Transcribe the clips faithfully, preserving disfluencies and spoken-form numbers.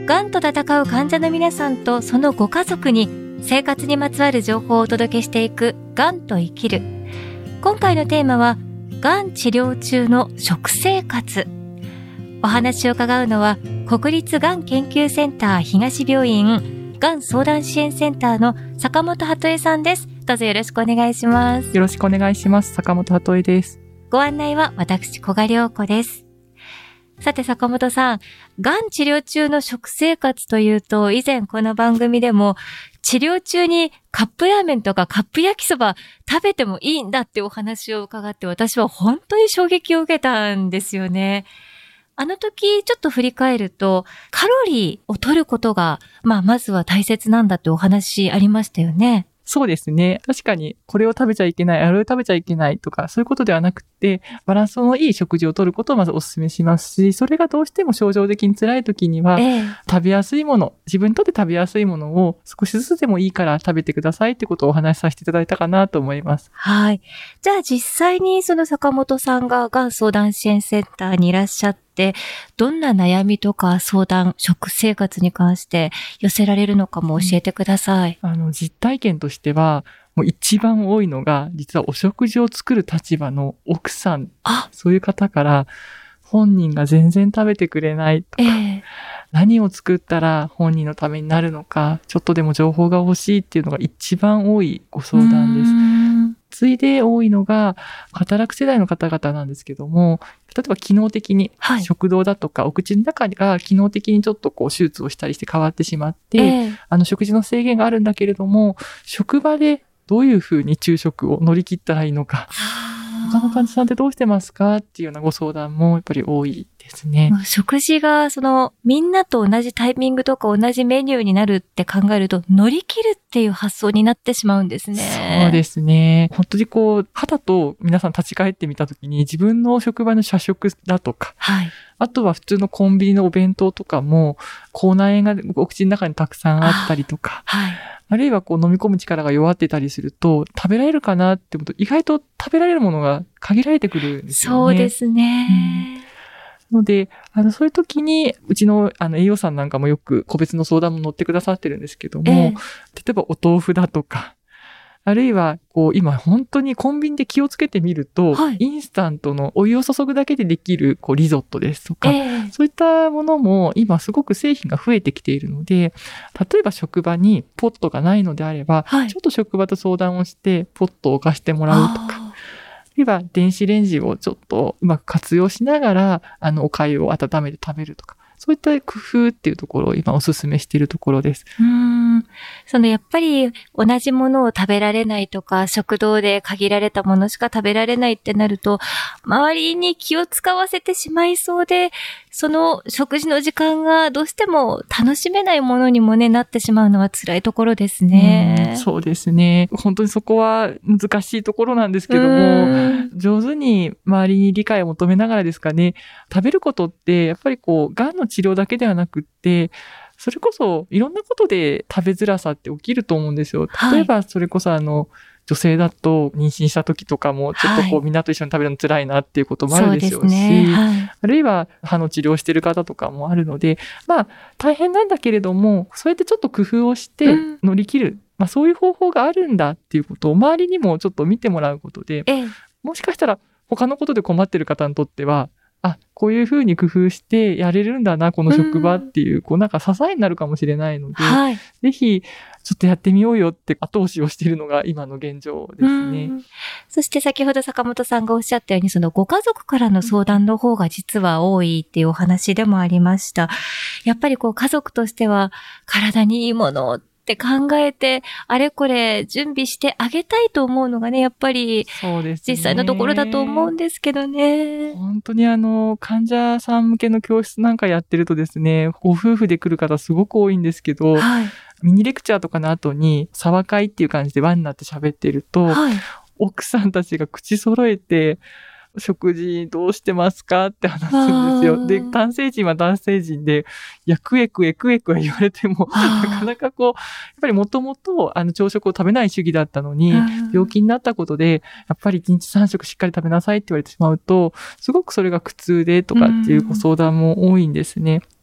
がんと闘う患者の皆さんとそのご家族に生活にまつわる情報をお届けしていくがんと生きる。今回のテーマはがん治療中の食生活。お話を伺うのは国立がん研究センター東病院がん相談支援センターの坂本鳩恵さんです。どうぞよろしくお願いします。 よろしくお願いします。坂本鳩恵です。 ご案内は私古賀良子です。さて坂本さん、がん治療中の食生活というと、以前この番組でも治療中にカップラーメンとかカップ焼きそば食べてもいいんだってお話を伺って、私は本当に衝撃を受けたんですよね。あの時ちょっと振り返ると、カロリーを取ることが、まあまずは大切なんだってお話ありましたよね。 そうですね。確かにこれを食べちゃいけない、あれを食べちゃいけないとかそういうことではなくて、バランスのいい食事を取ることをまずお勧めしますし、それがどうしても症状的に辛い時には、ええ、食べやすいもの、自分にとって食べやすいものを少しずつでもいいから食べてくださいってことをお話しさせていただいたかなと思います。 はい。じゃあ実際にその坂本さんががん相談支援センターにいらっしゃって、どんな悩みとか相談、食生活に関して寄せられるのかも教えてください。 うん、あの実体験としては、もう一番多いのが、実はお食事を作る立場の奥さん、そういう方から、本人が全然食べてくれないとか、えー、何を作ったら本人のためになるのか、ちょっとでも情報が欲しいっていうのが一番多いご相談です。次いで多いのが、働く世代の方々なんですけども、例えば機能的に、はい、食道だとかお口の中が機能的にちょっとこう手術をしたりして変わってしまって、えー、あの食事の制限があるんだけれども、職場でどういうふうに昼食を乗り切ったらいいのか、他の患者さんってどうしてますかっていうようなご相談もやっぱり多いですね。 食事がそのみんなと同じタイミングとか同じメニューになるって考えると、乗り切るっていう発想になってしまうんですね。 そうですね。本当にこう肌と皆さん立ち返ってみたときに、自分の職場の社食だとか、はい、あとは普通のコンビニのお弁当とかも口内炎がお口の中にたくさんあったりとか、はい、あるいはこう飲み込む力が弱ってたりすると、食べられるかなってこと、意外と食べられるものが限られてくるんですよね。 そうですね。 うん、ので、あの、そういう時に、うちの、あの、栄養士さんなんかもよく個別の相談も乗ってくださってるんですけども、えー、例えばお豆腐だとか、あるいは、こう、今本当にコンビニで気をつけてみると、はい、インスタントのお湯を注ぐだけでできる、こう、リゾットですとか、えー、そういったものも今すごく製品が増えてきているので、例えば職場にポットがないのであれば、はい、ちょっと職場と相談をして、ポットを貸してもらうとか、あるいは電子レンジをちょっとうまく活用しながら、あの、お粥を温めて食べるとか、そういった工夫っていうところを今お勧めしているところです。 うーん。そのやっぱり同じものを食べられないとか、食堂で限られたものしか食べられないってなると、周りに気を使わせてしまいそうで、その食事の時間がどうしても楽しめないものにもね、なってしまうのは辛いところですね。 うん、そうですね。本当にそこは難しいところなんですけども、上手に周りに理解を求めながらですかね、食べることってやっぱりこう、がんの治療だけではなくって、それこそいろんなことで食べづらさって起きると思うんですよ。例えばそれこそあの、女性だと妊娠した時とかもちょっとこう、はい、みんなと一緒に食べるの辛いなっていうこともあるでしょうし、うね、はい、あるいは歯の治療してる方とかもあるので、まあ大変なんだけれども、そうやってちょっと工夫をして乗り切る、うん、まあそういう方法があるんだっていうことを周りにもちょっと見てもらうことで、ええ、もしかしたら他のことで困ってる方にとっては、あ、こういう風に工夫してやれるんだな、この職場っていう、うん、こうなんか支えになるかもしれないので、はい、ぜひちょっとやってみようよって後押しをしているのが今の現状ですね。 そして先ほど坂本さんがおっしゃったように、そのご家族からの相談の方が実は多いっていうお話でもありました。やっぱりこう家族としては体にいいものをって考えて、あれこれ準備してあげたいと思うのがね、やっぱり実際のところだと思うんですけどね。 本当にあの、患者さん向けの教室なんかやってるとですね、ご夫婦で来る方すごく多いんですけど、はい、ミニレクチャーとかの後に、沢会っていう感じで輪になって喋ってると、はい、奥さんたちが口揃えて、食事どうしてますかって話すんですよ。で、男性陣は男性陣で、いや、食え食え食え食え言われても、なかなかこう、やっぱりもともと、あの、朝食を食べない主義だったのに、病気になったことで、やっぱりいちにちさん食しっかり食べなさいって言われてしまうと、すごくそれが苦痛でとかっていうご相談も多いんですね。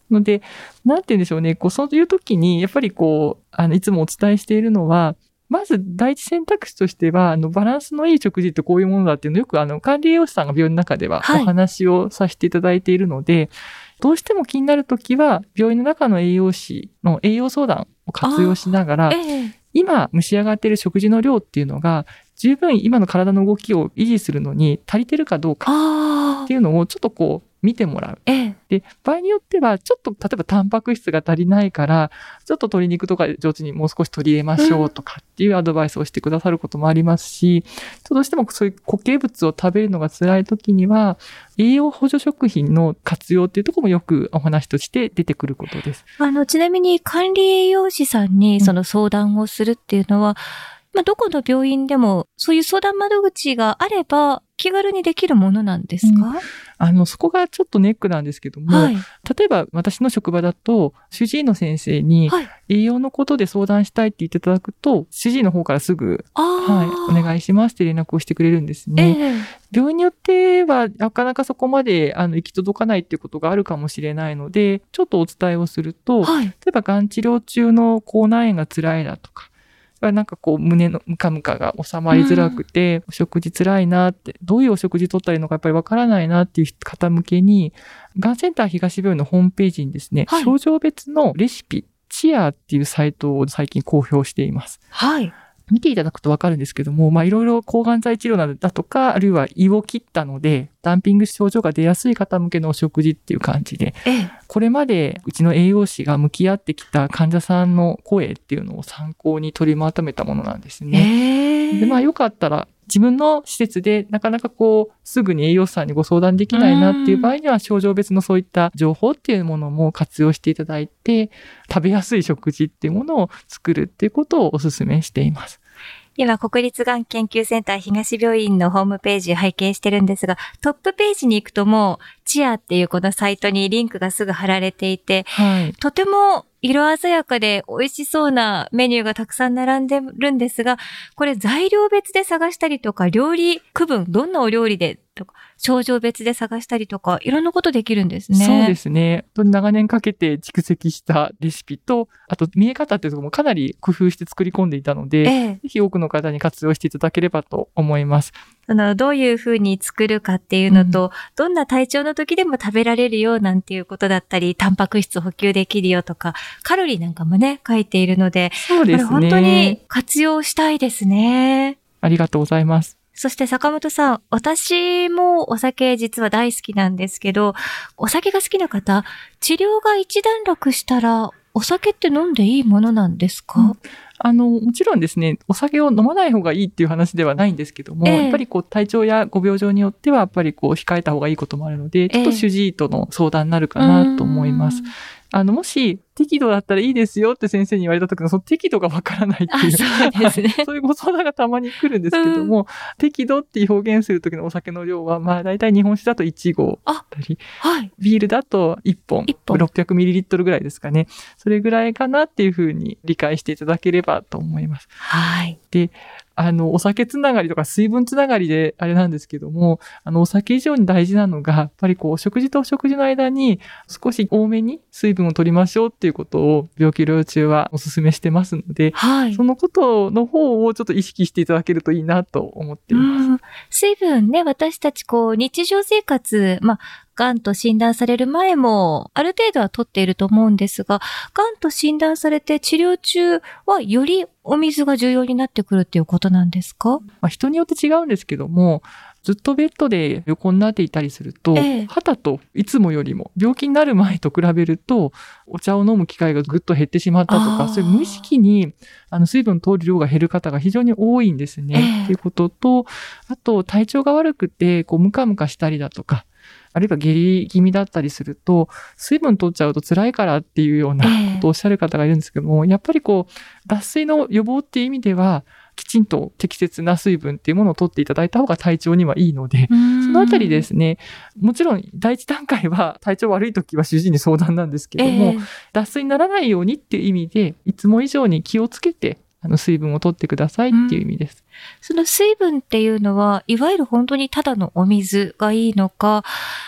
ので、なんて言うんでしょうね、こう、そういう時に、やっぱりこう、あの、いつもお伝えしているのは、まず第一選択肢としては、あの、バランスのいい食事ってこういうものだっていうのをよく、あの、管理栄養士さんが病院の中ではお話をさせていただいているので、はい、どうしても気になるときは、病院の中の栄養士の栄養相談を活用しながら、ええ、今蒸し上がっている食事の量っていうのが、十分今の体の動きを維持するのに足りてるかどうかっていうのをちょっとこう見てもらう。ええ、で、場合によってはちょっと例えばタンパク質が足りないから、ちょっと鶏肉とか上手にもう少し取り入れましょうとかっていうアドバイスをしてくださることもありますし、どうしてもそういう固形物を食べるのが辛い時には、栄養補助食品の活用っていうところもよくお話として出てくることです。 あの、ちなみに管理栄養士さんにその相談をするっていうのは、うん、まあ、どこの病院でもそういう相談窓口があれば気軽にできるものなんですか？うん、 あの、そこがちょっとネックなんですけども、はい、例えば私の職場だと主治医の先生に栄養のことで相談したいって言っていただくと、主治医の方からすぐ、はい、お願いしますって連絡をしてくれるんですね。えー、病院によってはなかなかそこまであの行き届かないっていうことがあるかもしれないので、ちょっとお伝えをすると、はい、例えばがん治療中の口内炎が辛いだとか、なんかこう胸のムカムカが収まりづらくて、うん、お食事辛いなって、どういうお食事取ったらいいのかやっぱりわからないなっていう方向けに、がんセンター東病院のホームページにですね、はい、症状別のレシピ、チアっていうサイトを最近公表しています。はい。見ていただくとわかるんですけども、まあいろいろ抗がん剤治療などだとか、あるいは胃を切ったので、ダンピング症状が出やすい方向けのお食事っていう感じで、ええ、これまでうちの栄養士が向き合ってきた患者さんの声っていうのを参考に取りまとめたものなんですね。えー、で、まあよかったら、自分の施設でなかなかこう、すぐに栄養士さんにご相談できないなっていう場合には、症状別のそういった情報っていうものも活用していただいて、食べやすい食事っていうものを作るっていうことをお勧めしています。 今、国立がん研究センター東病院のホームページ拝見してるんですが、トップページに行くともう、チアっていうこのサイトにリンクがすぐ貼られていて、はい、とても色鮮やかで美味しそうなメニューがたくさん並んでるんですが、これ材料別で探したりとか、料理区分、どんなお料理でとか、症状別で探したりとか、いろんなことできるんですね。 そうですね。長年かけて蓄積したレシピと、あと見え方っていうところもかなり工夫して作り込んでいたので、ええ、ぜひ多くの方に活用していただければと思います。 そのどういうふうに作るかっていうのと、うん、どんな体調の時でも食べられるよなんていうことだったり、タンパク質補給できるよとか、カロリーなんかもね、書いているので、 そうですね。 これ本当に活用したいですね。 ありがとうございます。 そして坂本さん、私もお酒実は大好きなんですけど、お酒が好きな方、治療が一段落したら、お酒って飲んでいいものなんですか？うん、 あの、もちろんですね、お酒を飲まない方がいいっていう話ではないんですけども、えー、やっぱりこう体調やご病状によってはやっぱりこう控えた方がいいこともあるので、ちょっと主治医との相談になるかなと思います。えーあの、もし、適度だったらいいですよって先生に言われた時の、その適度がわからないっていう。 そうですね。 そういうご相談がたまに来るんですけども、うん、適度っていう表現する時のお酒の量は、まあ、だいたい日本酒だといち合だったり、はい、ビールだといっぽん、ろっぴゃくミリリットルぐらいですかね。それぐらいかなっていうふうに理解していただければと思います。はい。で、あの、お酒つながりとか水分つながりであれなんですけども、あの、お酒以上に大事なのが、やっぱりこう、食事とお食事の間に少し多めに水分を取りましょうっていうことを病気療養中はお勧めしてますので、はい、そのことの方をちょっと意識していただけるといいなと思っています。 水分ね、私たちこう、日常生活、まあ、がんと診断される前も、ある程度は取っていると思うんですが、がんと診断されて治療中はよりお水が重要になってくるっていうことなんですか？ まあ、人によって違うんですけども、ずっとベッドで横になっていたりすると、ええ、肌といつもよりも病気になる前と比べると、お茶を飲む機会がぐっと減ってしまったとか、そういう無意識にあの水分通る量が減る方が非常に多いんですね。え、っていうことと、あと体調が悪くて、こうムカムカしたりだとか、あるいは下痢気味だったりすると、水分取っちゃうと辛いからっていうようなことをおっしゃる方がいるんですけども、えー、やっぱりこう、脱水の予防っていう意味では、きちんと適切な水分っていうものを取っていただいた方が体調にはいいので、そのあたりですね、もちろん第一段階は体調悪い時は主治医に相談なんですけども、えー、脱水にならないようにっていう意味で、いつも以上に気をつけて、あの水分を取ってくださいっていう意味です。 その水分っていうのは、いわゆる本当にただのお水がいいのか、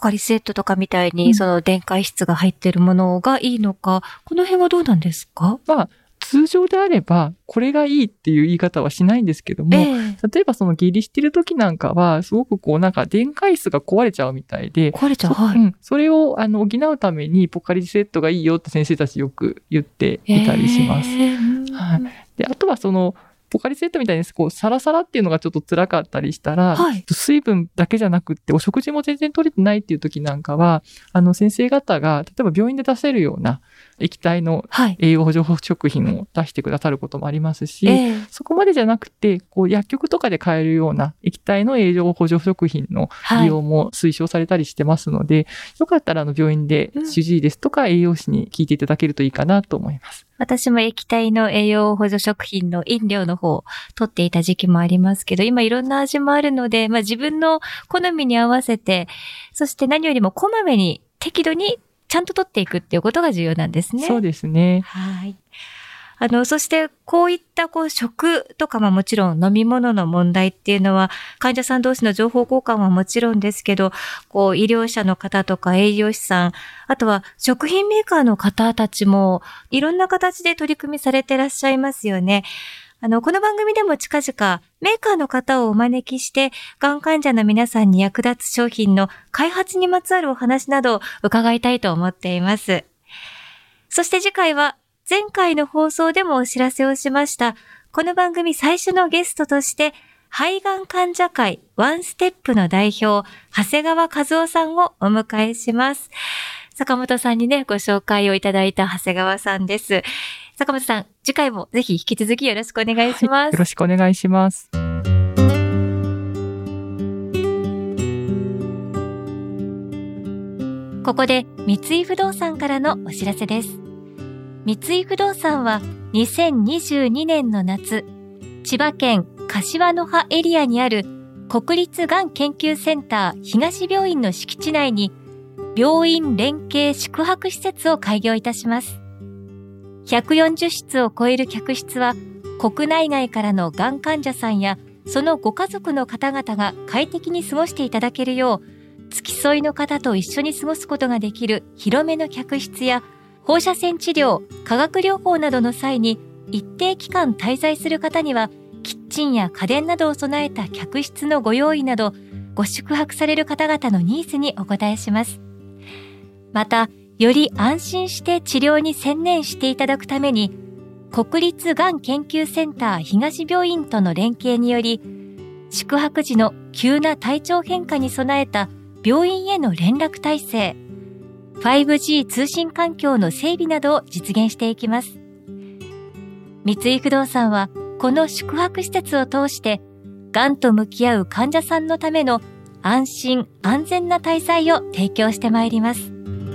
ポカリスエットとかみたいに、 うん、 その電解質が入っているものがいいのか、この辺はどうなんですか？ まあ、通常であれば、これがいいっていう言い方はしないんですけども、えー、例えばその下痢してる時なんかは、すごくこうなんか電解質が壊れちゃうみたいで、 壊れちゃう、 はい。うん。それをあの補うためにポカリスエットがいいよって先生たちよく言っていたりします。えー、はい。で、あとはその、ポカリスエットみたいにこうサラサラっていうのがちょっと辛かったりしたら、はい、水分だけじゃなくってお食事も全然取れてないっていう時なんかは、あの先生方が例えば病院で出せるような液体の栄養補助食品を出してくださることもありますし、はい、えー、そこまでじゃなくてこう薬局とかで買えるような液体の栄養補助食品の利用も推奨されたりしてますので、はい、よかったらあの病院で主治医ですとか栄養士に聞いていただけるといいかなと思います。 私も液体の栄養補助食品の飲料の方を取っていた時期もありますけど、今いろんな味もあるので、まあ自分の好みに合わせて、そして何よりもこまめに適度にちゃんと取っていくっていうことが重要なんですね。 そうですね。 はい。あの、そしてこういったこう食とか、まあもちろん飲み物の問題っていうのは患者さん同士の情報交換はもちろんですけど、こう医療者の方とか栄養士さん、あとは食品メーカーの方たちもいろんな形で取り組みされていらっしゃいますよね。あの、この番組でも近々メーカーの方をお招きして、がん患者の皆さんに役立つ商品の開発にまつわるお話などを伺いたいと思っています。そして次回は前回の放送でもお知らせをしました、この番組最初のゲストとして、肺がん患者会ワンステップの代表、長谷川和夫さんをお迎えします。坂本さんにね、ご紹介をいただいた長谷川さんです。坂本さん、次回もぜひ引き続きよろしくお願いします。はい、 よろしくお願いします。 ここで三井不動産からのお知らせです。三井不動産はにせんにじゅうにねんの夏、千葉県柏の葉エリアにある国立がん研究センター東病院の敷地内に病院連携宿泊施設を開業いたします。ひゃくよんじゅっしつを超える客室は国内外からのがん患者さんやそのご家族の方々が快適に過ごしていただけるよう、付き添いの方と一緒に過ごすことができる広めの客室や放射線治療、化学療法などの際に一定期間滞在する方にはキッチンや家電などを備えた客室のご用意など、ご宿泊される方々のニーズにお応えします。また、より安心して治療に専念していただくために、国立がん研究センター東病院との連携により、宿泊時の急な体調変化に備えた病院への連絡体制、ファイブジー 通信環境の整備などを実現していきます。三井不動産はこの宿泊施設を通して、がんと向き合う患者さんのための安心安全な滞在を提供してまいります。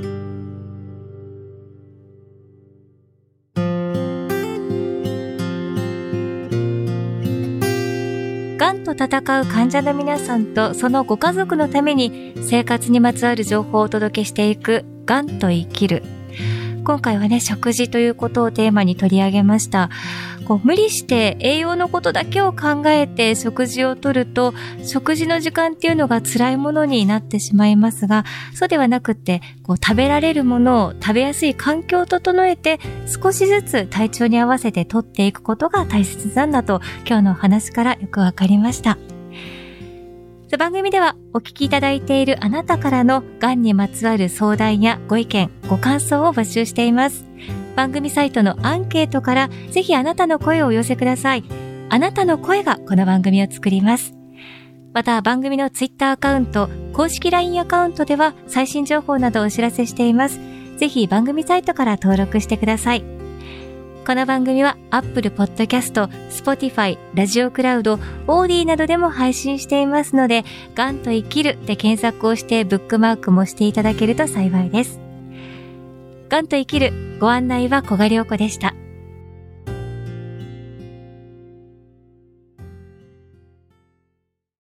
がんと闘う患者の皆さんとそのご家族のために生活にまつわる情報をお届けしていくがんと生きる。今回はね、食事ということをテーマに取り上げました。こう無理して栄養のことだけを考えて食事をとると、食事の時間っていうのが辛いものになってしまいますが、そうではなくってこう食べられるものを食べやすい環境を整えて、少しずつ体調に合わせてとっていくことが大切なんだと、今日のお話からよくわかりました。番組ではお聞きいただいているあなたからのがんにまつわる相談やご意見、ご感想を募集しています。番組サイトのアンケートからぜひあなたの声をお寄せください。あなたの声がこの番組を作ります。また番組のツイッターアカウント、公式 ライン アカウントでは最新情報などをお知らせしています。ぜひ番組サイトから登録してください。この番組は Apple Podcast、Spotify、ラジオクラウド、オーディなどでも配信していますので、がんと生きるで検索をしてブックマークもしていただけると幸いです。がんと生きるご案内は小賀良子でした。